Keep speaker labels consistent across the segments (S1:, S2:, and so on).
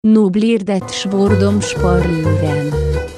S1: Nu blir det svordomsparuren.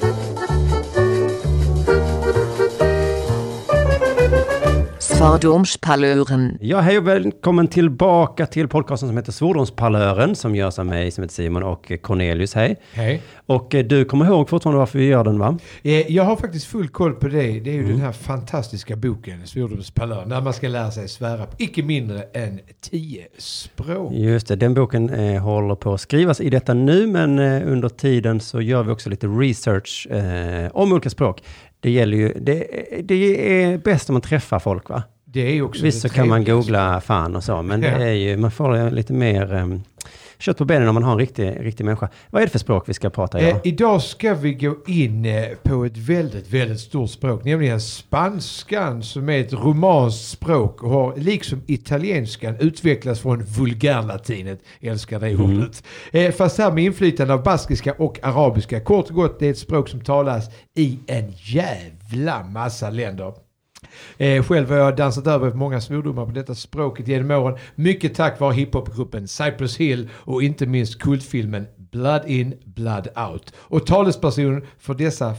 S2: Svordomspalören.
S3: Ja, hej och välkommen tillbaka till podcasten som heter Svordomspalören, som görs av mig som heter Simon och Cornelius. Hej.
S4: Hej.
S3: Och du kommer ihåg fortfarande varför vi gör den, va?
S4: Jag har faktiskt full koll på det. Det är ju den här fantastiska boken, Svordomspalören, där man ska lära sig svära på icke mindre än 10 språk.
S3: Just det, den boken håller på att skrivas i detta nu, men under tiden så gör vi också lite research om olika språk. Det gäller ju, det är bäst om man träffar folk, va?
S4: Det är ju också
S3: visst så kan man googla fan och så, men det är ju, man får lite mer kött på benen om man har en riktig människa. Vad är det för språk vi ska prata idag?
S4: Idag ska vi gå in på ett väldigt, väldigt stort språk, nämligen spanskan, som är ett romanskt språk och har, liksom italienskan, utvecklats från vulgärlatinet. Jag älskar det ordet. Fast här med inflytande av baskiska och arabiska. Kort och gott, det är ett språk som talas i en jävla massa länder. Själv har jag dansat över många svordomar på detta språket genom åren. Mycket tack vare hiphopgruppen Cypress Hill och inte minst kultfilmen Blood In, Blood Out. Och talesperson för dessa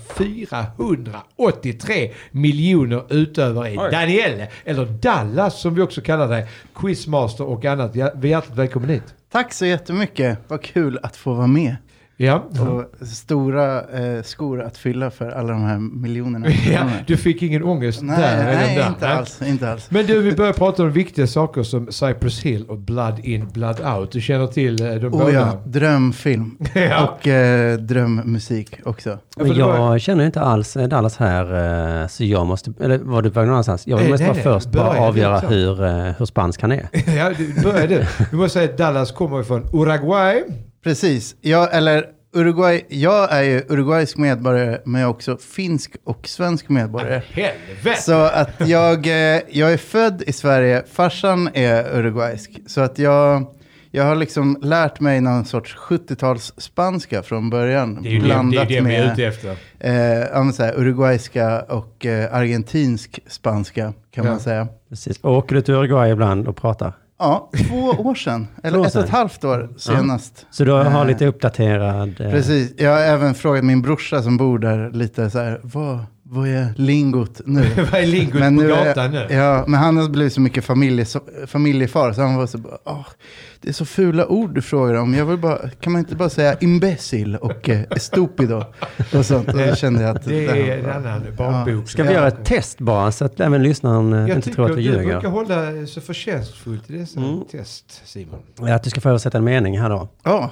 S4: 483 miljoner utövare är Daniel, eller Dallas som vi också kallar det, quizmaster och annat. Vi är hjärtligt välkommen hit.
S5: Tack så jättemycket. Vad kul att få vara med.
S4: Ja.
S5: Och stora skor att fylla för alla de här miljonerna.
S4: Ja, du fick ingen ångest
S5: nej,
S4: där?
S5: Nej,
S4: där.
S5: inte alls.
S4: Men du, vi börjar prata om viktiga saker som Cypress Hill och Blood In, Blood Out. Du känner till de båda?
S5: Ja, drömfilm.
S4: Ja.
S5: Och drömmusik också.
S3: Men jag känner inte alls Dallas här, så jag måste, eller var du på någonstans? Jag vill mest först bara avgöra hur spansk han är.
S4: Ja, börjar du. Vi måste säga att Dallas kommer från Uruguay.
S5: Precis. Uruguay. Jag är ju uruguaysk medborgare, men jag är också finsk och svensk medborgare.
S4: Helvete!
S5: Så att jag är född i Sverige. Farsan är uruguaysk. Så att jag har liksom lärt mig någon sorts 70-tals spanska från början.
S4: Det är ju det vi är ute efter.
S5: Uruguayska och argentinsk spanska kan man säga.
S3: Precis. Åker du till Uruguay ibland och pratar?
S5: Ja, 2 år sedan. Eller 1,5 år senast.
S3: Ja. Så du har lite uppdaterad...
S5: Precis. Jag har även frågat min brorsa som bor där lite så här, vad är lingot nu?
S4: Vad är lingot
S5: men
S4: på gatan nu?
S5: Ja, men han har blivit så mycket familjefar så han var så bara, det är så fula ord du frågar om. Jag vill bara, kan man inte bara säga imbecil och stupido och sånt? Och då kände jag att
S4: det är en annan barnbok.
S3: Ska vi göra ett test bara så att även lyssnaren inte tror att vi ljuger?
S4: Jag tycker du brukar hålla så förtjänstfullt i dessa test, Simon.
S3: Ja, att du ska få översätta en mening här då.
S5: Ja.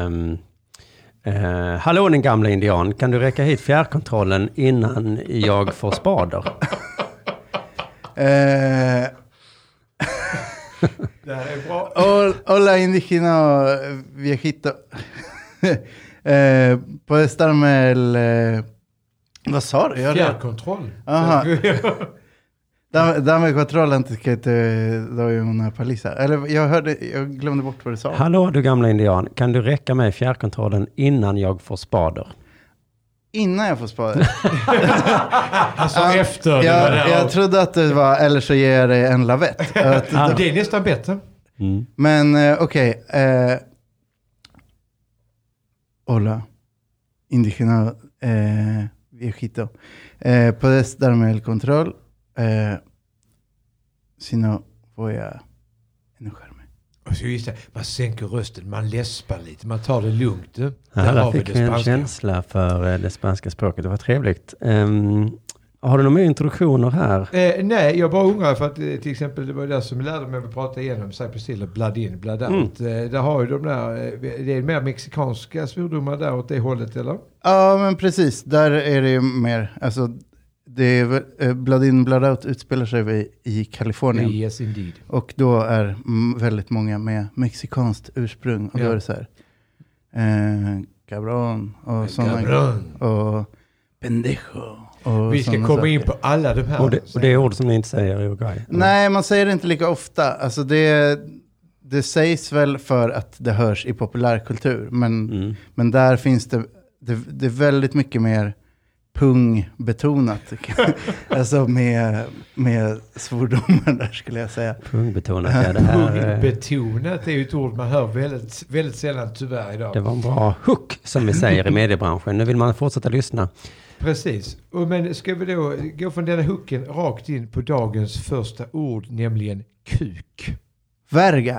S3: Hallå den gamla indian, kan du räcka hit fjärrkontrollen innan jag får spader?
S4: Det här är bra.
S5: Hola indigena viejito. Puedes estarme vad sa du?
S4: Fjärrkontroll.
S5: Aha. Dame control antes que te doy una paliza. Eller jag glömde bort vad du sa.
S3: Hallå du gamla indian, kan du räcka med fjärrkontrollen innan jag får spader?
S5: Innan jag får spader?
S4: Alltså efter.
S5: Jag trodde att det var, eller så ger jag dig en lavett.
S4: Det är nästan bättre.
S5: Mm. Men okej. Hola indigena viejito. Puedes darme el control. Si no voy a enojarme.
S4: Alltså just det, man sänker rösten, man läspar lite, man tar det lugnt.
S3: Där fick vi en känsla för det spanska språket, det var trevligt. Har du några mer introduktioner här?
S4: Nej, jag bara undrar för att till exempel det var det som jag lärde mig att prata igenom Cypress Hill och Blood In, Blood Out. Där har ju de där, det är mer mexikanska svordomar där åt det hållet, eller?
S5: Ja, men precis. Där är det ju mer, alltså det är Blood In, Blood Out utspelar sig i Kalifornien.
S4: Yes, indeed.
S5: Och då är väldigt många med mexikanskt ursprung. Och då är det så här, cabron och sådana. Och pendejo.
S4: Vi ska komma saker in på alla de här.
S3: Och det är ord som ni inte säger i Uruguay?
S5: Nej, man säger det inte lika ofta. Alltså det sägs väl för att det hörs i populärkultur. Men där finns det är väldigt mycket mer pungbetonat. Alltså med svordomar där skulle jag säga.
S3: Pungbetonat, ja, det här...
S4: Betonat är ju ett ord man hör väldigt, väldigt sällan tyvärr idag.
S3: Det var en bra hook som vi säger i mediebranschen. Nu vill man fortsätta lyssna.
S4: Precis. Men ska vi då gå från den hooken rakt in på dagens första ord, nämligen kuk.
S5: Verga.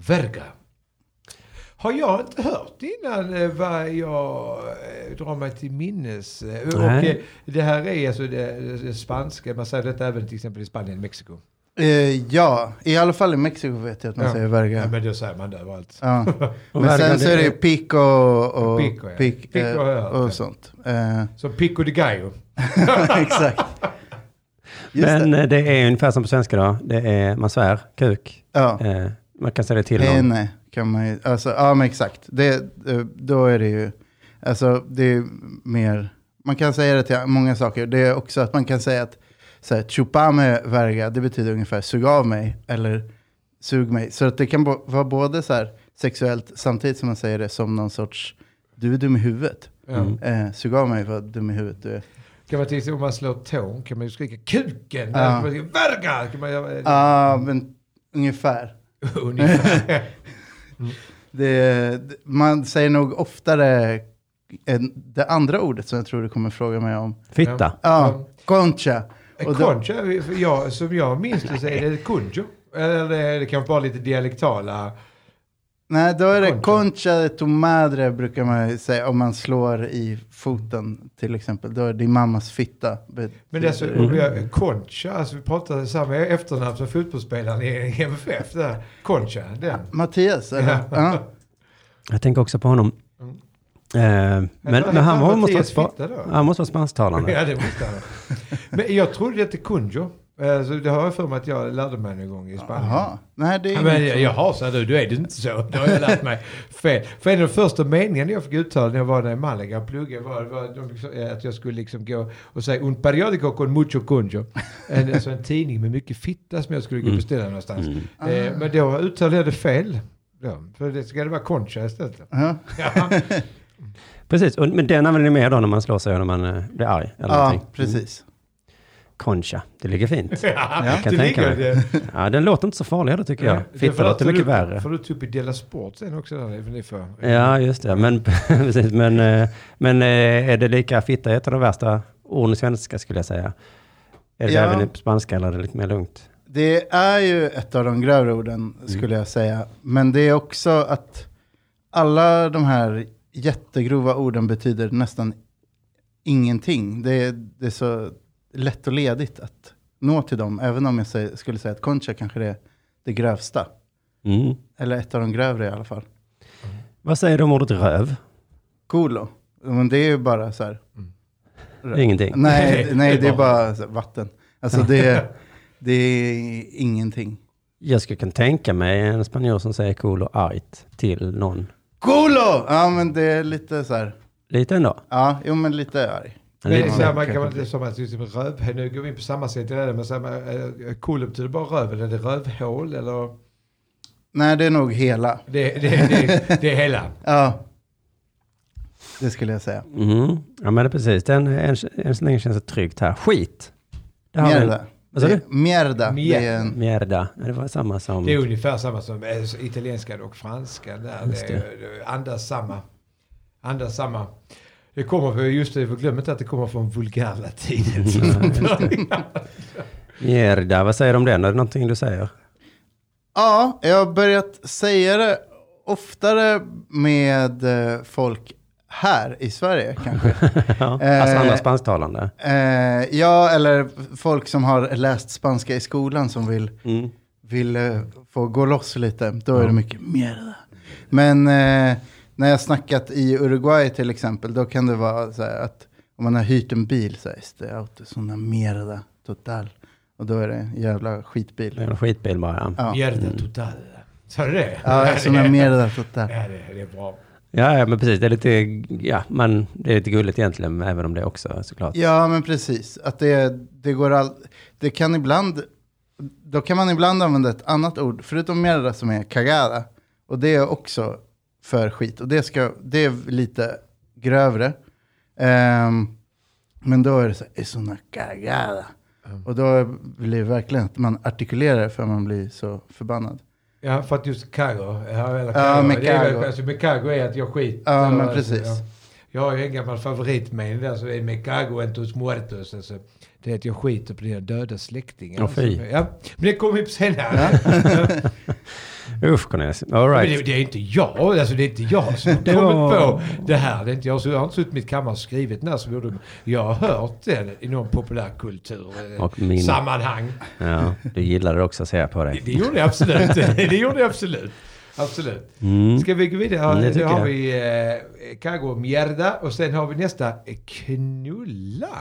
S4: Har jag inte hört innan vad jag drar mig till minnes.
S3: Nej.
S4: Och det här är alltså det spanska, man säger detta även till exempel i Spanien och Mexiko.
S5: Ja, i alla fall i Mexiko vet jag att man säger verga.
S4: Ja, men då säger man det överallt.
S5: Ja. Men sen så är det pico och
S4: pico,
S5: och sånt.
S4: Som pico de gallo.
S5: Exakt. Just
S3: Men det är ungefär som på svenska då. Det är, man svär, kuk.
S5: Ja.
S3: Man kan säga det till någon.
S5: Nej, kan man ju, alltså, ja men exakt. Då är det ju, alltså det är mer, man kan säga det till många saker. Det är också att man kan säga att så här, chupame verga, det betyder ungefär sug av mig eller sug mig. Så att det kan vara både så här sexuellt samtidigt som man säger det som någon sorts, du är dum i huvudet. Sug av mig, vad dum i huvudet du är.
S4: Kan man till exempel, om man slår tån kan man ju skrika kuken. Ja. Kan man skrika verga. Kan man göra,
S5: Ja, men ungefär. Man säger nog oftare det andra ordet som jag tror du kommer fråga mig om.
S3: Fitta.
S5: Ja, concha.
S4: Concha, som jag minns det så är det concho. Eller det kan vara lite dialektala.
S5: Nej, då är det concha de tu madre brukar man säga om man slår i foten till exempel. Då är det din mammas fitta.
S4: Men det är så, concha, alltså vi pratar samma efternamn som fotbollsspelaren i MFF där. Concha, den.
S5: Mattias, eller? Ja.
S3: Jag tänker också på honom. Men han måste vara spansktalande.
S4: Ja, det måste han. Men jag trodde det hette Kunjo. Så det har jag för mig att jag lärde mig någon gång i Spanien. Jaha.
S5: Nej, det är
S4: men jag sa du är det inte så. Då har jag lärt mig fel. För en av de första meningarna jag fick uttala när jag var där i Malaga och pluggade var att jag skulle liksom gå och säga un periodico con mucho kunjo. Alltså en tidning med mycket fitta som jag skulle gå och beställa någonstans. Men då uttalade jag det fel. Ja, för det ska det vara concha istället. Ja.
S3: Precis, men den använder ni mer då när man slår sig och när man blir arg? Eller någonting.
S5: Precis.
S3: Concha, det ligger fint.
S4: Ja, det ligger det.
S3: Ja, den låter inte så farlig då tycker jag. Fitta låter mycket värre.
S4: Får du typ i Della Sport sen också? Där,
S3: ja, just det. Men, precis, men är det lika fitta ett av de värsta orden i svenska skulle jag säga? Är det även på spanska eller är det lite mer lugnt?
S5: Det är ju ett av de grövre orden skulle jag säga. Men det är också att alla de här jättegrova orden betyder nästan ingenting. Det är så lätt och ledigt att nå till dem. Även om jag skulle säga att concha kanske är det grövsta. Eller ett av de grövre i alla fall.
S3: Vad säger du om ordet röv?
S5: Culo. Men det är ju bara så här.
S3: Ingenting.
S5: Nej, det är bara så här, vatten. Alltså det är ingenting.
S3: Jag skulle kunna tänka mig en spanjor som säger culo argt till någon.
S5: Culo! Ja, men det är lite så här.
S3: Lite ändå?
S5: Ja, jo men lite arg.
S4: Men det är så här, man kan inte som att röv. Nu går vi in på samma sätt. Men culo betyder bara röv. Eller är det rövhål eller?
S5: Nej, det är nog hela.
S4: Det är hela.
S5: Ja. Det skulle jag säga.
S3: Ja, men det är precis. Än så länge känns det tryggt här. Skit.
S5: Mierda.
S3: Vad sa du?
S5: Mierda.
S3: Mierda. Det var samma som...
S4: Det är ungefär samma som italienska och franska. Det andas samma. Det kommer just det, vi glömmer inte att det kommer från vulgärlatinet.
S3: Mierda, vad säger du om det? Är det någonting du säger?
S5: Ja, jag har börjat säga det oftare med folk här i Sverige kanske.
S3: Alltså andra spansktalande.
S5: Ja, eller folk som har läst spanska i skolan som vill få gå loss lite. Då är det mycket mierda. Men när jag snackat i Uruguay till exempel, då kan det vara så här att om man har hyrt en bil så är det auto såna mierda total. Och då är det en jävla skitbil.
S3: En skitbil bara,
S5: ja.
S4: Mierda total. Så är det?
S5: Ja, såna mierda total.
S4: Ja, det är bra.
S3: Ja, men precis. Det är lite, det är lite gulligt egentligen, även om det också såklart.
S5: Ja, men precis. Att det går det kan ibland, då kan man ibland använda ett annat ord, förutom mierda som är cagada. Och det är också för skit. Och det är lite grövre. Men då är det så här, es una cagada. Och då blir det verkligen att man artikulerar för man blir så förbannad.
S4: Ja, för att just cago.
S5: Ja, med
S4: cago. Alltså med cago är att jag skit.
S5: Ja, men precis.
S4: Ja. Jag har ju en gammal favoritmening där, så är med cago entus muertus. Alltså, det är att jag skiter på dina döda släktingar.
S3: Alltså,
S4: ja, men det kommer upp senare.
S3: Usch, Cornelis. All right.
S4: Men det är inte jag. Alltså, det är inte jag som har kommit på det här. Det är inte jag. Så jag har inte suttit i mitt kammare och skrivit den här som gjorde. Jag har hört det i någon populärkultur sammanhang.
S3: Ja, du gillade det också att säga på dig.
S4: Det gjorde jag absolut. Det gjorde jag absolut. Absolut. Ska vi gå vidare? Nu har vi cago mierda och sen har vi nästa knulla.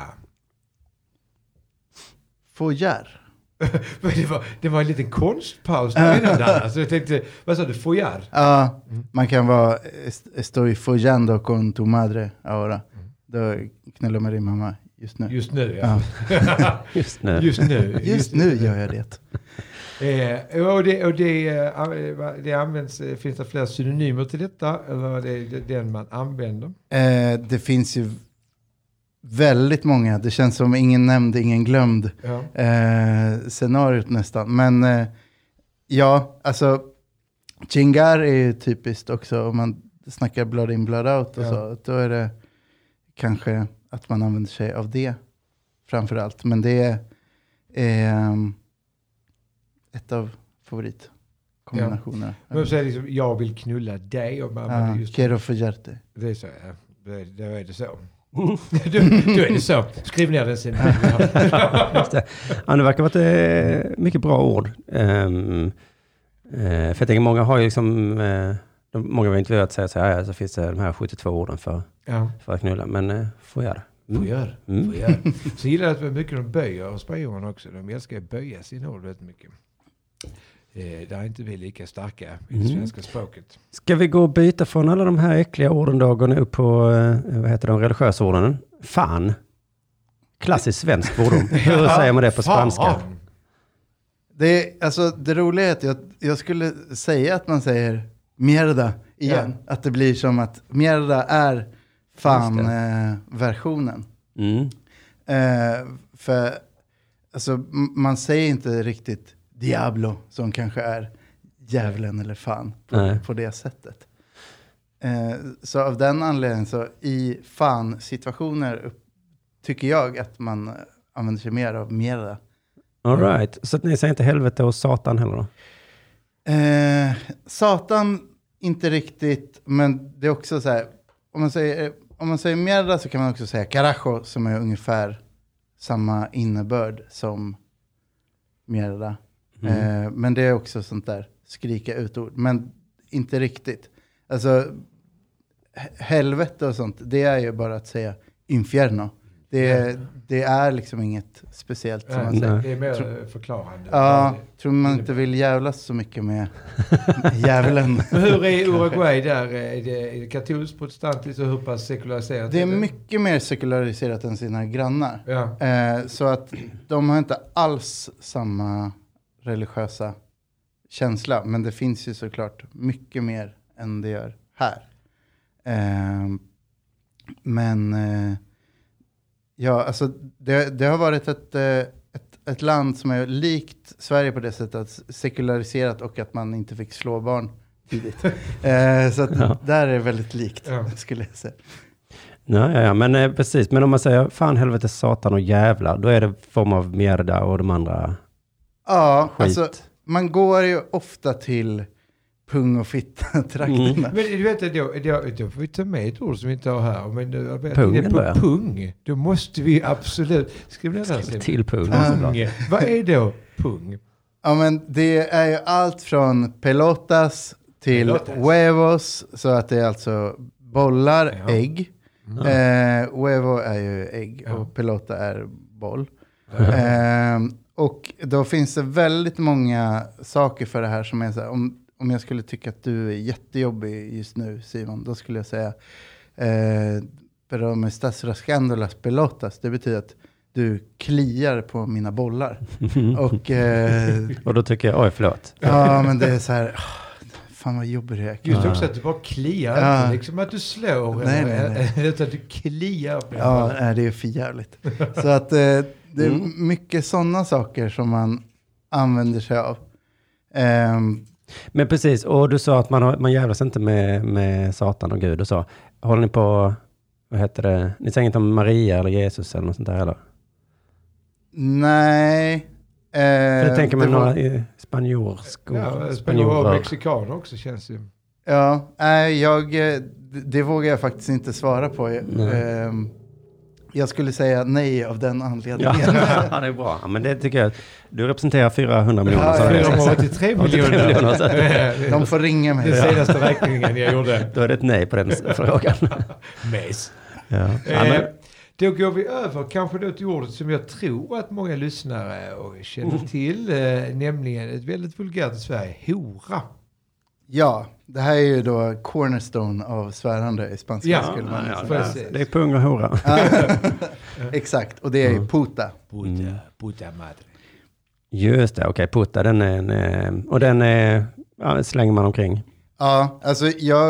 S5: Follar.
S4: det var en liten konstpaus innan där. Så jag tänkte, vad sa du? Follar?
S5: Ja, man kan vara estoy follando con tu madre ahora. Då knullar med din mamma just nu.
S4: Just nu, ja.
S3: Just nu.
S5: Just nu gör jag det.
S4: Det används, finns det fler synonymer till detta? Eller är det den man använder?
S5: Det finns ju väldigt många. Det känns som ingen nämnd, ingen glömd scenariot nästan. Men ja, alltså chingar är ju typiskt också. Om man snackar blood in, blood out och så. Då är det kanske att man använder sig av det framförallt. Men det är ett av favoritkombinationerna.
S4: Ja. Men så är det liksom, jag vill knulla dig. Och man just
S5: quiero follarte.
S4: Det är så, ja. Då är det så. Då är det så. Skriv ner det sen.
S3: Ja, det verkar vara mycket bra ord. För jag tänker, många har ju liksom... många har intervjuat säga så här, så finns det de här 72 orden för att knulla. Men får göra.
S4: Får göra. Så gillar jag att mycket de böjer och spanjorerna också. De älskar att böja sin ord väldigt mycket. Där är inte vi lika starka i det svenska språket.
S3: Ska vi gå och byta från alla de här äckliga orden då och gå upp på, vad heter de religiösa orden? Fan. Klassiskt svensk fordon. Hur säger man det på spanska?
S5: Det roliga är att jag skulle säga att man säger mierda igen. Ja. Att det blir som att mierda är fan-versionen. För alltså, man säger inte riktigt diablo som kanske är djävulen eller fan på det sättet. Så av den anledningen så i fan-situationer tycker jag att man använder sig mer av mierda.
S3: All right. Så att ni säger inte helvete och satan heller då?
S5: Satan inte riktigt, men det är också så här, om man säger mierda så kan man också säga carajo som är ungefär samma innebörd som mierda. Men det är också sånt där skrika ut ord, men inte riktigt. Alltså helvete och sånt, det är ju bara att säga infierno. Det är liksom inget speciellt som man säger.
S4: Det är mer förklarande.
S5: Ja, tror man inte vill jävlas så mycket med djävulen.
S4: Men hur är Uruguay där? Är det katolskt, protestantiskt och hur pass sekulariserat?
S5: Det är mycket mer sekulariserat än sina grannar.
S4: Ja.
S5: Så att de har inte alls samma religiösa känsla. Men det finns ju såklart mycket mer än det gör här. Ja, alltså det har varit ett land som är likt Sverige på det sättet att sekulariserat och att man inte fick slå barn tidigt. Så att där är det väldigt likt, skulle jag säga.
S3: Ja, men precis. Men om man säger fan, helvete, satan och jävlar, då är det form av mierda och de andra skit.
S5: Alltså man går ju ofta till pung och fitta-trakterna.
S4: Men du vet, då får vi ta med ett ord som vi inte har här. Men
S3: pung,
S4: är på pung, då måste vi absolut skriva ner det.
S3: Till pung.
S4: Vad är då pung?
S5: Ja, men det är ju allt från pelotas till huevos, så att det är alltså bollar, ägg. Huevo är ju ägg och pelota är boll. Och då finns det väldigt många saker för det här som är så här, om jag skulle tycka att du är jättejobbig just nu, Simon, då skulle jag säga pero me estás rascando las pelotas. Det betyder att du kliar på mina bollar. Och
S3: då tycker jag, oj förlåt.
S5: Ja, men det är så här, fan vad jobbig det är.
S4: Just också att du bara kliar, inte liksom att du slår.
S5: Nej.
S4: Utan att du kliar.
S5: Ja, det är för jävligt. Så att det är mycket sådana saker som man använder sig av.
S3: Men precis, och du sa att man jävlas inte med Satan och Gud och så. Håller ni på, vad heter det? Ni säger inte om Maria eller Jesus eller något sånt där heller?
S5: Nej.
S3: För jag tänker mig några spanjorskor.
S4: Ja, spanjorer och mexikaner också känns det.
S5: Ja, det vågar jag faktiskt inte svara på. Jag skulle säga nej av den anledningen.
S3: Ja, det är bra. Ja, men det tycker jag. Du representerar 400 miljoner.
S4: 483 miljoner.
S5: De får ringa mig.
S4: Den senaste räkningen jag gjorde.
S3: Då är det ett nej på den frågan.
S4: Mes.
S3: Ja.
S4: Då går vi över kanske då till ordet som jag tror att många lyssnare känner till. Nämligen ett väldigt vulgärt i Sverige. Hora.
S5: Ja, det här är ju då cornerstone av svärande i spanska. Skulle man säga.
S3: Det är pung och hora.
S5: Exakt, och det är ju puta.
S4: Puta madre.
S3: Just det, okej. Puta, den slänger man omkring.
S5: Ja, alltså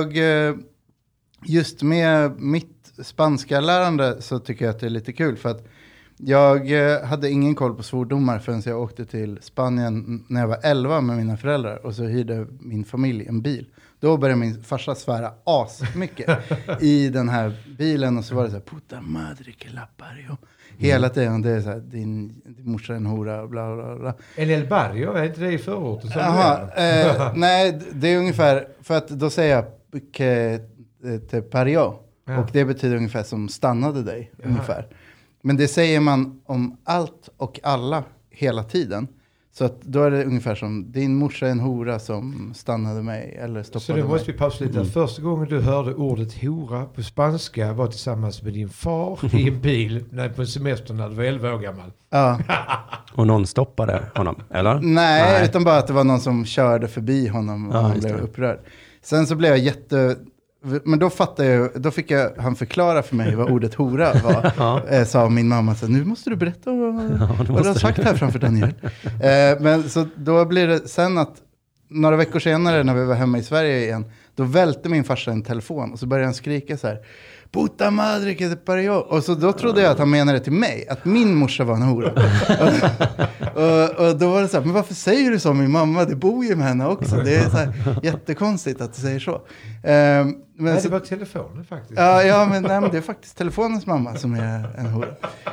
S5: just med mitt spanska lärande så tycker jag att det är lite kul. För att jag hade ingen koll på svordomar förrän jag åkte till Spanien när jag var 11 med mina föräldrar. Och så hyrde min familj en bil. Då började min farsa svära mycket i den här bilen. Och så var det så här, puta madre que la parió. Hela tiden, det är så här, din morsa är en hora, bla bla bla.
S4: El barrio, är inte det i förorten?
S5: Nej, det är ungefär, för att då säger jag que te parió. Ja. Och det betyder ungefär som stannade dig, ungefär. Men det säger man om allt och alla hela tiden. Så att då är det ungefär som din morsa är en hora som stannade mig eller stoppade mig.
S4: Så då måste vi pausa lite. Första gången du hörde ordet hora på spanska var tillsammans med din far i en bil på semestern när du var 11 år gammal.
S5: Ja.
S3: Och någon stoppade honom, eller?
S5: Nej, utan bara att det var någon som körde förbi honom och han blev upprörd. Sen så blev jag men då fattade jag, då fick han förklara för mig vad ordet hora var. Sa min mamma så nu måste du berätta vad du har sagt här framför Daniel. Men så då blir det sen att några veckor senare när vi var hemma i Sverige igen, då välte min farsa en telefon och så började han skrika så här: puta madre que te parió. Och så då trodde jag att han menade till mig, att min morsa var en hora. och då var det så här, men varför säger du så, min mamma? Det bor ju med henne också. Det är så här jättekonstigt att du säger så. Men
S4: nej, det var telefonen faktiskt.
S5: Men det är faktiskt telefonens mamma som är en hora.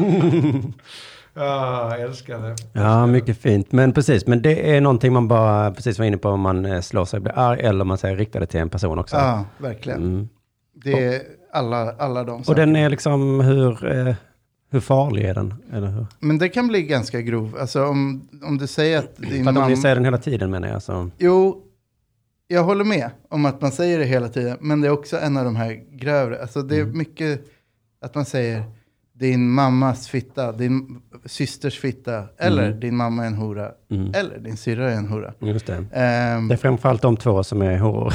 S4: Ja, älskar det.
S3: Ja, mycket fint. Men precis, men det är någonting man bara precis var inne på om man slår sig, blir arg eller om man säger riktade till en person också.
S5: Ja, verkligen. Det är alla de saker.
S3: Och den är liksom, hur farlig är den? Eller hur?
S5: Men det kan bli ganska grov. Alltså om du säger att din mamma...
S3: om ni säger den hela tiden, menar jag. Så.
S5: Jo, jag håller med om att man säger det hela tiden. Men det är också en av de här grövre. Alltså det är mycket att man säger din mammas fitta, din systers fitta, eller din mamma är en hora, eller din syrra är en hora.
S3: Just det. Det är framförallt de två som är horor.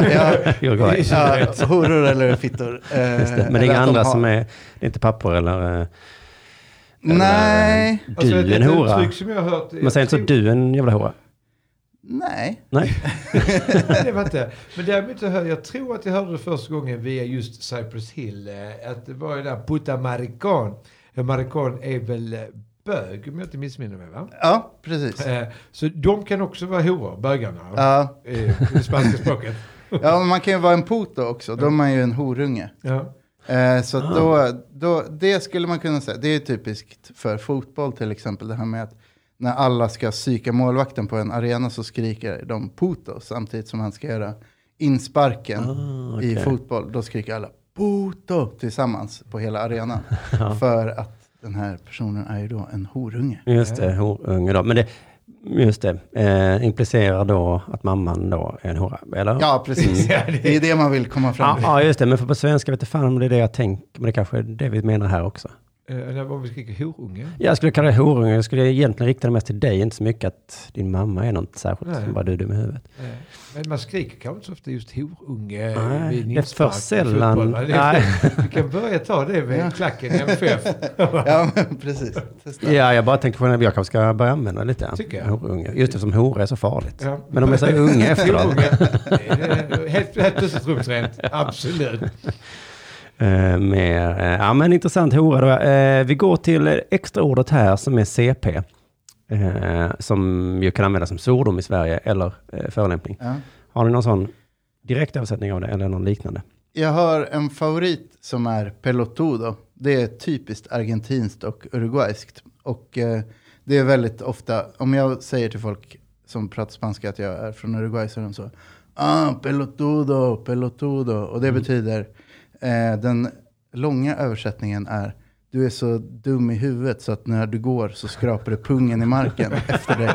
S5: Horor eller fittor.
S3: Men det är inga andra som är, det är inte pappor eller
S5: nej.
S3: Du är en hora.
S4: Som jag har hört,
S3: man säger inte så, du är en jävla hora.
S5: Nej.
S4: Det var inte. Men däremot jag tror att jag hörde det första gången via just Cypress Hill. Att det var ju där puta maricón. Maricón är väl bög, om jag inte missminner mig, va?
S5: Ja, precis.
S4: Så de kan också vara horor, bögarna.
S5: Ja.
S4: I det spanska språket.
S5: Ja, men man kan ju vara en puto också. Då är man ju en horunge.
S4: Ja.
S5: Så då, det skulle man kunna säga. Det är typiskt för fotboll till exempel. Det här med att när alla ska psyka målvakten på en arena så skriker de puto samtidigt som han ska göra insparken i fotboll. Då skriker alla puto tillsammans på hela arenan. För att den här personen är ju då en horunge.
S3: Just det, horunge då. Men det implicerar då att mamman då är en hora, eller?
S5: Ja, precis. Det är det man vill komma fram till.
S3: Ja, just det. Men för på svenska vet jag fan om det är det jag tänker. Men det kanske är det vi menar här också.
S4: När vi skriker horunge?
S3: Jag skulle kalla det horunge. Jag skulle egentligen rikta det mest till dig. Inte så mycket att din mamma är något särskilt. Som bara du är dum i huvudet.
S4: Men man skriker kanske inte så ofta just horunge.
S3: Nej, det är för sällan.
S4: Vi kan börja ta det med klacken i MFF.
S5: Ja, men precis. Testa.
S3: Ja, jag bara tänkte på när jag kanske ska börja använda lite.
S4: Tycker jag.
S3: Horunge. Just det, som hora är så farligt.
S4: Ja.
S3: Men om jag säger unge efteråt.
S4: Helt plötsligt rumsrent. Absolut.
S3: Ja, men intressant hora då. Vi går till extra ordet här som är CP. Som ju kan användas som svordom i Sverige eller förolämpning.
S5: Ja.
S3: Har ni någon sån direkt översättning av det eller någon liknande?
S5: Jag har en favorit som är pelotudo. Det är typiskt argentinskt och uruguayskt. Och det är väldigt ofta, om jag säger till folk som pratar spanska att jag är från Uruguay så är de så, pelotudo, pelotudo. Och det betyder, den långa översättningen är, du är så dum i huvudet så att när du går så skrapar du pungen i marken efter det.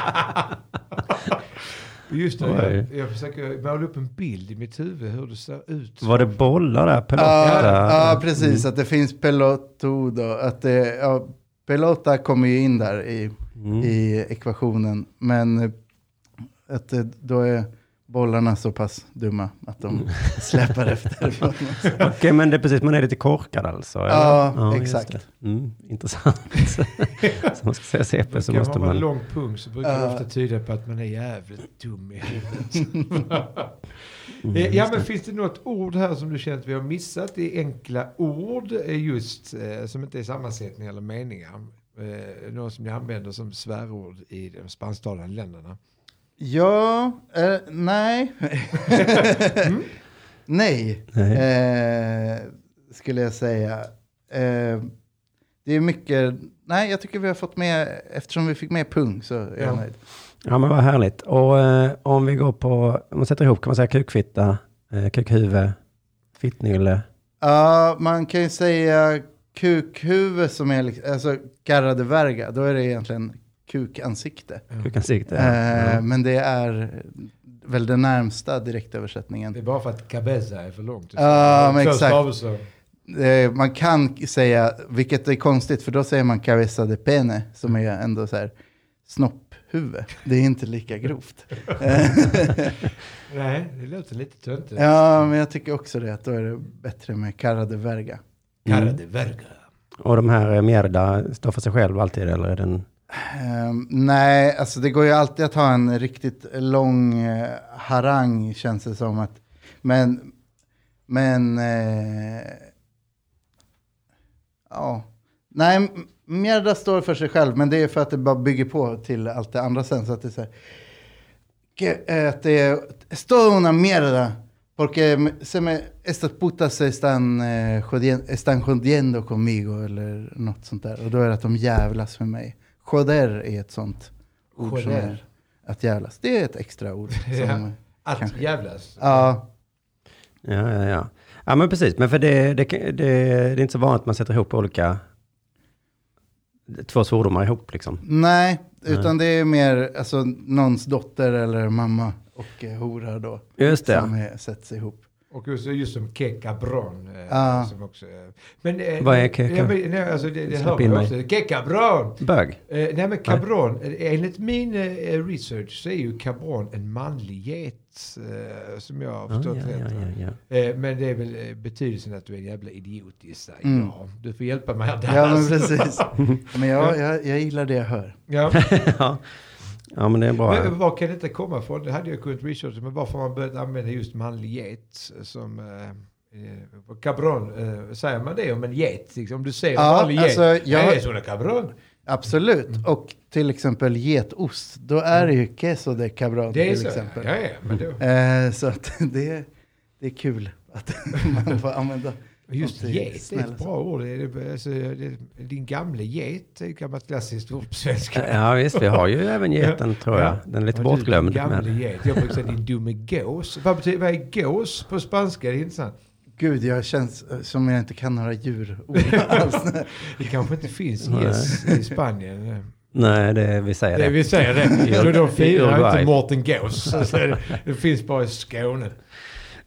S4: Just det, jag försöker måla upp en bild i mitt huvud hur det ser ut.
S3: Var det bollar där?
S5: Ja, precis. Att det finns pelotudo. Att pelota kommer ju in där i ekvationen. Men att då är bollarna så pass dumma att de släpar efter.
S3: Okej, men det är precis, man är lite korkad alltså. Eller?
S5: Ja, exakt.
S3: Intressant. Så man ska säga CP så måste man...
S4: Har man lång pung så brukar det ofta tyda på att man är jävligt dum i huvudet. Ja, men finns det något ord här som du känner att vi har missat i enkla ord just som inte är sammansättning eller meningar? Något som ni använder som svärord i de spansktalande länderna?
S5: Ja, nej. Nej. Skulle jag säga. Det är mycket, nej jag tycker vi har fått med, eftersom vi fick med pung så är jag nöjd.
S3: Ja, men vad härligt. Och om vi går på, om man sätter ihop kan man säga kukfitta, kukhuvud, fittnylle.
S5: Ja, man kan ju säga kukhuvud som är liksom, alltså cara de verga, då är det egentligen kukansikte.
S3: Kukansikte,
S5: men det är väl den närmsta direktöversättningen.
S4: Det är bara för att cabeza är för långt.
S5: Ja, men exakt. Man kan säga, vilket är konstigt, för då säger man cabeza de pene, som är ändå så här snopphuvud. Det är inte lika grovt.
S4: Nej, det låter lite töntigt.
S5: Ja, men jag tycker också det, att då är det bättre med cara de verga.
S4: Cara de verga.
S3: Och de här mierda står för sig själv alltid, eller är den...
S5: Nej, alltså det går ju alltid att ha en riktigt lång harang, känns det som att, men ja, nej, mierda står för sig själv, men det är för att det bara bygger på till allt det andra sen, så att det är så här, att det är toda una mierda porque estas putas están jodiendo conmigo eller något sånt där, och då är det att de jävlas med mig. Joder är ett sånt ord som är att jävlas. Det är ett extra ord. Som
S4: att
S5: kanske
S4: jävlas.
S5: Ja.
S3: Ja, men precis. Men för det är inte så vanligt att man sätter ihop olika två svordomar ihop liksom.
S5: Nej, utan det är mer alltså någons dotter eller mamma och hora då.
S3: Just det.
S5: Som sätts ihop.
S4: Och just som que cabron. Som också, men,
S3: vad är que cabron?
S4: Nej, alltså det hör man också. Que cabron!
S3: Bög?
S4: Nej, men cabron, enligt min research så är ju cabron en manlig get, som jag har förstått rätt. Men det är väl betydelsen att du är en jävla idiot, gissar. Ja, du får hjälpa mig här.
S5: Ja, men precis. Men jag gillar det jag hör.
S4: Ja.
S3: Ja, men det är bra.
S4: Men var kan det komma från? Det hade jag kunnat researcha, men varför man börjat använda just manlig get som cabron, säger man det om en get? Liksom, om du ser en manlig get,
S5: alltså,
S4: är det sådana cabron?
S5: Absolut, och till exempel getost, då är det ju queso de cabron
S4: det är
S5: till
S4: så.
S5: exempel.
S4: Ja, men då.
S5: Så att det är kul att man får använda.
S4: Just get är ett bra ord. Din gamla get är ett gammalt klassiskt ord på svenska.
S3: Ja visst, vi har ju även geten tror jag. Den är lite bortglömd.
S4: Get. Jag brukar säga din dumme gås. Vad är gås på spanska? Det är intressant.
S5: Gud, jag känns som jag inte kan några djurord alls.
S4: Det kanske inte finns gäss i Spanien.
S3: Nej, vi säger det.
S4: Vi säger det. Då firar inte Mårten gås. Det finns bara i Skåne.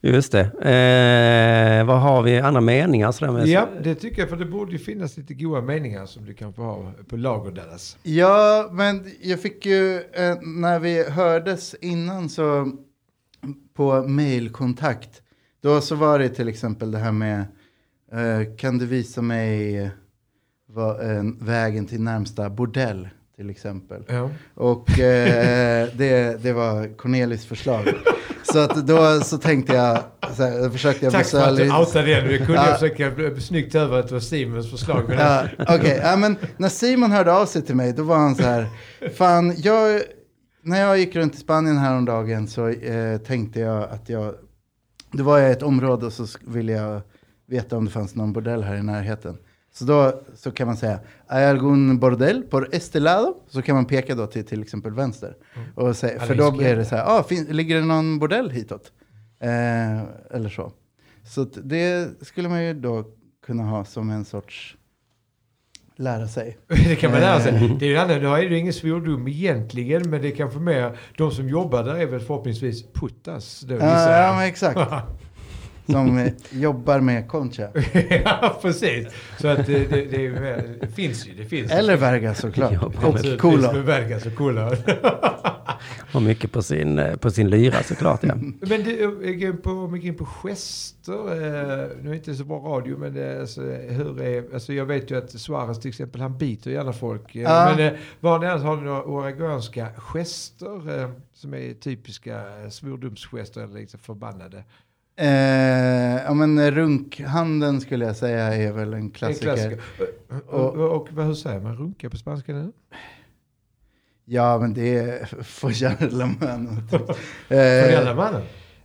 S3: Just det. Vad har vi andra meningar? Sådär med?
S4: Ja, det tycker jag, för det borde ju finnas lite goda meningar som du kan få ha på lager, Dallas.
S5: Ja, men jag fick ju, när vi hördes innan så på mailkontakt, då så var det till exempel det här med, kan du visa mig vägen till närmsta bordell till exempel.
S4: Ja.
S5: Och det var Cornelis förslag. Så att då så tänkte jag, så här, försökte jag
S4: tack för att du outade det. Du kunde jag försöka snyggt över att det var Simons förslag. Men
S5: Okej, men när Simon hörde av sig till mig, då var han så här, fan, när jag gick runt i Spanien häromdagen så tänkte jag att det var ett område och så ville jag veta om det fanns någon bordell här i närheten. Så då så kan man säga, hay algún bordel por este lado? Så kan man peka då till exempel vänster. Och säga, för då blir det så här, ligger det någon bordell hitåt? Eller så. Så det skulle man ju då kunna ha som en sorts lära sig.
S4: Det kan man lära sig. Det är ju annat, då är det ingen svordom egentligen, men det kan få med, de som jobbar där är väl förhoppningsvis puttas.
S5: Ja, men exakt. Som jobbar med Concha.
S4: Ja, precis. Så att det finns ju. Det finns.
S5: Eller Verga såklart.
S4: Och
S5: Cola.
S4: Vergas och Cola.
S5: Och
S3: mycket på sin lyra såklart, ja.
S4: Men jag går in på gester. Nu är det inte så bra radio, men jag vet ju att Suarez till exempel, han biter gärna folk. Men vanligtvis har ni några uruguayanska gester som är typiska svordomsgester eller liksom förbannade.
S5: Ja, men runkhanden skulle jag säga är väl en klassiker.
S4: Och hur säger man runka på spanska nu?
S5: Ja, men det är fojalamanen.
S4: Fojalamanen?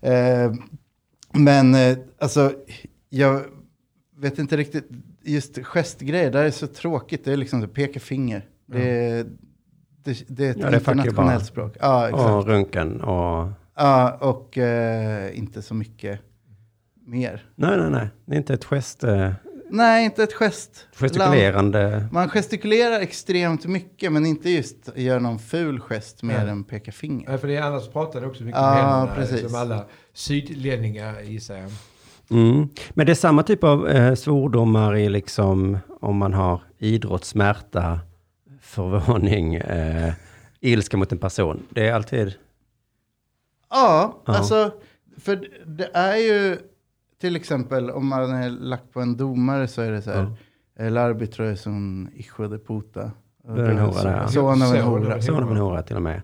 S5: Men alltså, jag vet inte riktigt, just gestgrejer, där är så tråkigt. Det är liksom att peka finger. Det är ett internationellt språk. Ja, exakt.
S3: Och runken och...
S5: Ja, och inte så mycket mer.
S3: Nej. Det är inte ett gest...
S5: Nej, inte ett
S3: gestikulerande...
S5: Man gestikulerar extremt mycket, men inte just gör någon ful gest mer än peka finger.
S4: Ja, för det är annars pratade också mycket om händerna, precis. Som alla sydlänningar i sig.
S3: Men det är samma typ av svordomar i liksom, om man har idrottssmärta, förvåning, ilska mot en person. Det är alltid...
S5: Ja, alltså, för det är ju till exempel om man är lagt på en domare så är det så här, el árbitro es un hijo de puta. Son av en hora
S3: till och med.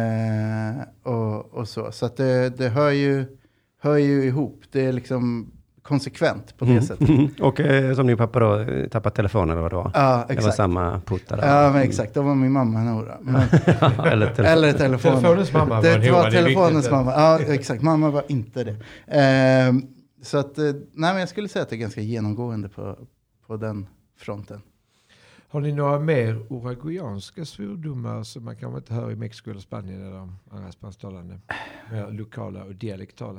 S5: Och så att det hör ju ihop. Det är liksom konsekvent på det sättet.
S3: Och som din pappa då tappade telefonen eller vad det var?
S5: Ja, exakt.
S3: Det var samma putta där.
S5: Ja, men exakt. Då var min mamma en hora. Eller telefonen.
S4: Telefonens mamma
S5: det var telefonens mamma. Ja, exakt. Mamma var inte det. Så att, men jag skulle säga att det är ganska genomgående på den fronten.
S4: Har ni några mer uruguayanska svordomar som man kanske inte hör i Mexiko eller Spanien eller andra spansktalande? Mer lokala och dialektala?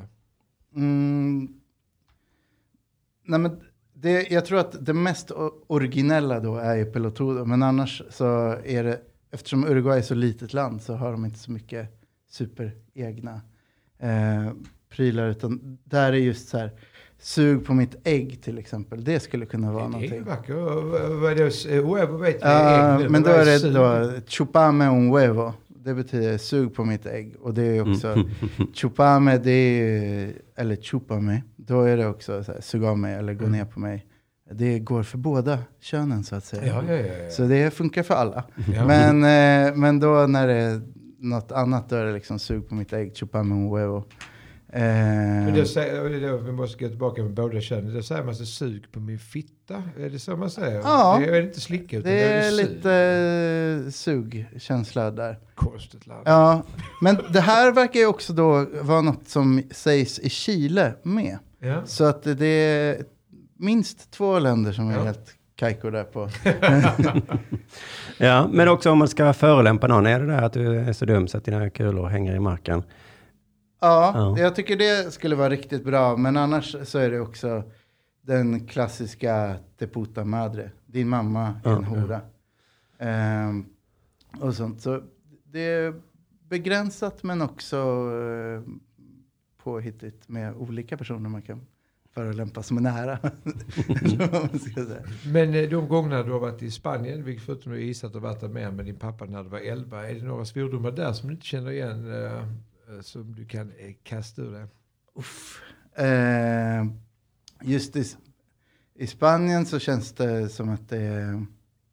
S5: Nej, men jag tror att det mest originella då är ju pelotudo. Men annars så är det, eftersom Uruguay är så litet land så har de inte så mycket superegna prylar. Utan där är just så här, sug på mitt ägg till exempel. Det skulle kunna vara någonting. Det är
S4: vackert. Vad är det? Ägg,
S5: men då är det då chupame un huevo. Det betyder sug på mitt ägg. Och det är också chupame, det är, eller chupame. Då är det också så här, sug av mig eller gå ner på mig. Det går för båda könen så att säga.
S4: Ja.
S5: Så det funkar för alla.
S4: Ja.
S5: Men då när det är något annat då är det liksom sug på mitt ägg, chupame un huevo.
S4: Vi måste gå tillbaka med båda könen. Det säger man så sug på min fitta. Är det så man säger?
S5: Ja.
S4: Det är inte slicka utan
S5: det är lite sugkänsla där.
S4: Konstigt land.
S5: Ja, men det här verkar ju också då vara något som sägs i Chile med.
S4: Ja.
S5: Så att det är minst 2 länder som är helt kajkor där på.
S3: Ja, men också om man ska förolämpa någon, är det där att du är så dum så att dina kulor hänger i marken?
S5: Ja, jag tycker det skulle vara riktigt bra. Men annars så är det också den klassiska te puta madre. Din mamma är en hora. Och sånt. Så det är begränsat men också påhittigt med olika personer man kan förolämpa som är nära. Vad man ska säga.
S4: Men de gångerna du har varit i Spanien, vilket förutom du gissat att du varit där med din pappa när du var 11, är det några svordomar där som du inte känner igen som du kan kasta ur det?
S5: Just i Spanien så känns det som att det är...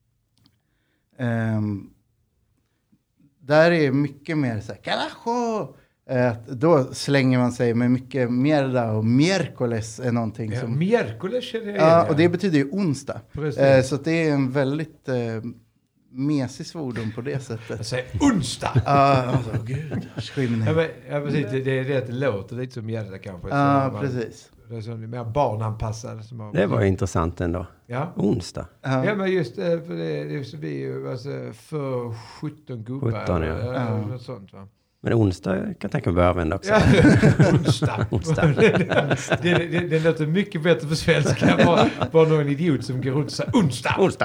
S5: där är mycket mer så här, carajo! Då slänger man sig med mycket mierda och miércoles är någonting som...
S4: Miércoles känner jag igen.
S5: Ja, och det betyder ju onsdag. Så att det är en väldigt mesig svordom på det sättet.
S4: Jag säger onsdag!
S5: Gud,
S4: precis, det är det att det låter lite som mierda kanske.
S5: Ja, precis.
S4: Det är som mer barnanpassad.
S3: Det var intressant ändå.
S4: Ja.
S3: Onsdag.
S4: Ja, men just för det är så vi ju för 17 gubbar.
S3: 17,
S4: ja. Något sånt, va?
S3: Men onsdag kan jag tänka mig börja använda också.
S4: Ja. Onsdag. Det låter mycket bättre på svenska. Bara någon idiot som går runt och säger onsdag.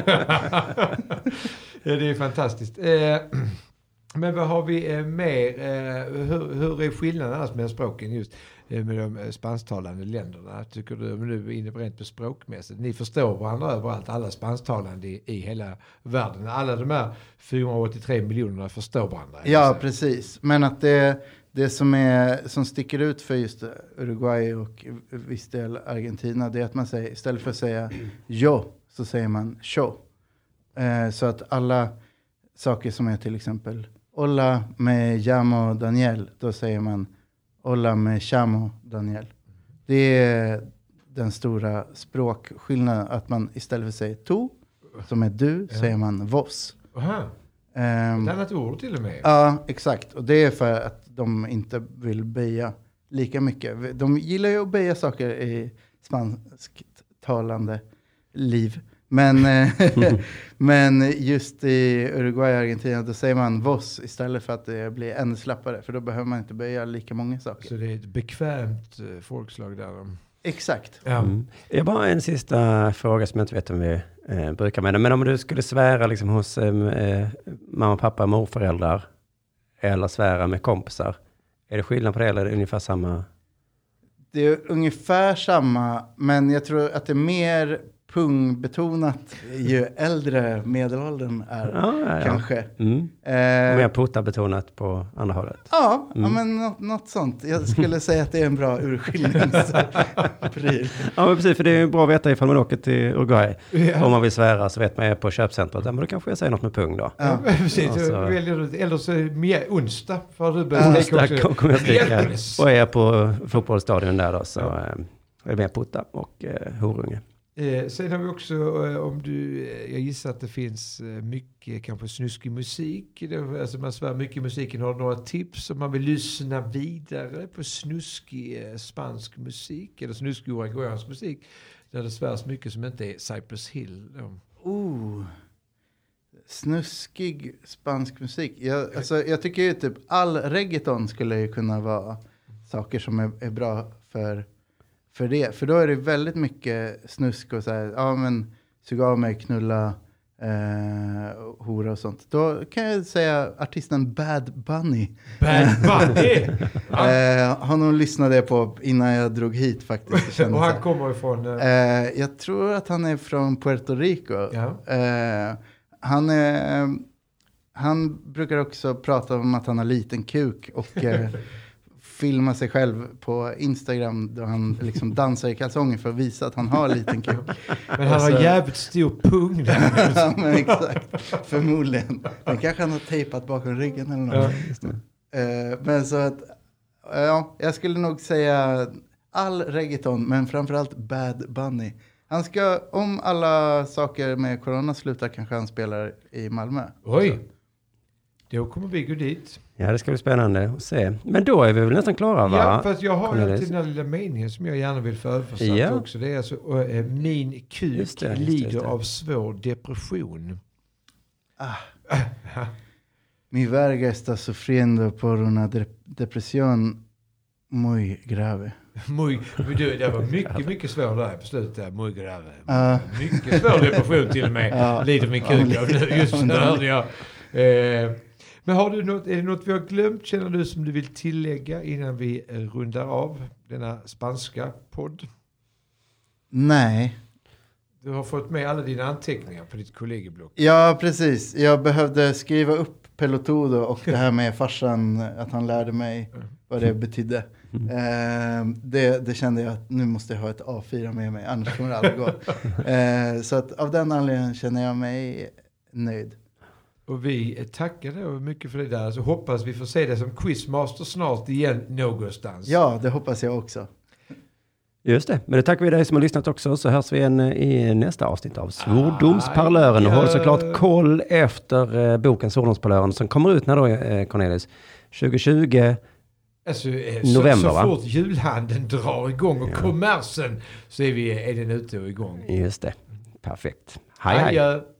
S4: Det är fantastiskt. Men vad har vi mer? Hur är skillnaden annars med språken just med de spansktalande länderna? Tycker du, om du är inne på rent på språkmässigt, ni förstår varandra överallt, alla spansktalande i hela världen. Alla de här 483 miljonerna förstår varandra.
S5: Ja, precis. Men att det som sticker ut för just Uruguay och viss del Argentina, det är att man säger, istället för att säga yo, så säger man yo. Så att alla saker som är till exempel hola me llamo Daniel, då säger man hola me llamo Daniel. Det är den stora språkskillnaden, att man istället för att säga tu, som är du, säger man vos.
S4: Aha. Ett annat ord till och med.
S5: Ja, exakt. Och det är för att de inte vill böja lika mycket. De gillar ju att böja saker i spansktalande liv. Men just i Uruguay och Argentina, då säger man vos istället för att det blir ännu slappare. För då behöver man inte böja lika många saker.
S4: Så det är ett bekvämt folkslag där.
S5: Exakt.
S4: Ja.
S3: Mm. Jag bara en sista fråga som jag inte vet om vi brukar med det. Men om du skulle svära liksom hos mamma, pappa, morföräldrar eller svära med kompisar. Är det skillnad på det eller är det ungefär samma?
S5: Det är ungefär samma, men jag tror att det är mer pungbetonat ju äldre medelåldern är, kanske.
S3: Mm. Mer putta-betonat på andra hållet.
S5: Ja, men något sånt. Jag skulle säga att det är en bra urskiljningspryl.
S3: Ja, men precis, för det är ju bra att veta ifall man åker till Uruguay. Ja. Om man vill svära så vet man är på köpcentret. Men då kanske jag säger något med pung då.
S4: Ja, precis.
S3: Alltså,
S4: eller så är det mer onsdag.
S3: Onsdag kommer jag sticka. Och är på fotbollsstadion där då, så är det mer putta och horunge.
S4: Sen har vi också, jag gissar att det finns mycket kanske snuskig musik. Alltså man svär mycket i musiken. Har du några tips om man vill lyssna vidare på snuskig spansk musik eller snuskig uruguayansk musik där det svärs mycket som inte är Cypress Hill?
S5: Snuskig spansk musik. Jag tycker ju typ all reggaeton skulle ju kunna vara saker som är bra för det. För då är det väldigt mycket snusk och så här, ja men sug av mig, knulla, hora och sånt. Då kan jag säga artisten Bad Bunny.
S4: Bad Bunny?
S5: Har nog lyssnade på innan jag drog hit faktiskt.
S4: Och han kommer ifrån?
S5: Jag tror att han är från Puerto Rico.
S4: Ja.
S5: Han brukar också prata om att han har liten kuk och filma sig själv på Instagram då han liksom dansar i kalsonger för att visa att han har liten kuk.
S4: Men han har jävligt stor pung där.
S5: Ja, men exakt. Förmodligen. Men kanske han har tejpat bakom ryggen eller något. Men så att, ja, jag skulle nog säga all reggaeton, men framförallt Bad Bunny. Han ska, om alla saker med corona slutar, kanske han spelar i Malmö.
S4: Oj! Då kommer vi gå dit.
S3: Ja, det ska bli spännande att se. Men då är vi väl nästan klara, va?
S4: Ja, fast jag har alltid den här lilla meningen som jag gärna vill få översatt också. Det är alltså, min kuk lider av svår depression.
S5: Mi verga está sufriendo por una depresión muy grave.
S4: Det var mycket svår där på slutet. Muy grave. Mycket svår depression till och med. Lider min kuk av nu. Just nu hörde jag. Men är det något vi har glömt, känner du, som du vill tillägga innan vi rundar av denna spanska podd?
S5: Nej.
S4: Du har fått med alla dina anteckningar på ditt kollegieblock.
S5: Ja, precis. Jag behövde skriva upp pelotudo och det här med farsan, att han lärde mig vad det betydde. Det kände jag att nu måste jag ha ett A4 med mig, annars kommer det aldrig gå. Så att av den anledningen känner jag mig nöjd.
S4: Och vi tackar då mycket för det där. Så hoppas vi får se det som quizmaster snart igen någonstans.
S5: Ja, det hoppas jag också.
S3: Just det, men det tackar vi dig som har lyssnat också, så hörs vi igen i nästa avsnitt av Svordomsparlören. Och håll såklart koll efter boken Svordomsparlören som kommer ut när då, Cornelis? 2020
S4: alltså,
S3: november,
S4: så fort julhandeln drar igång och kommersen så är den ute och igång.
S3: Just det, perfekt. Hej hej.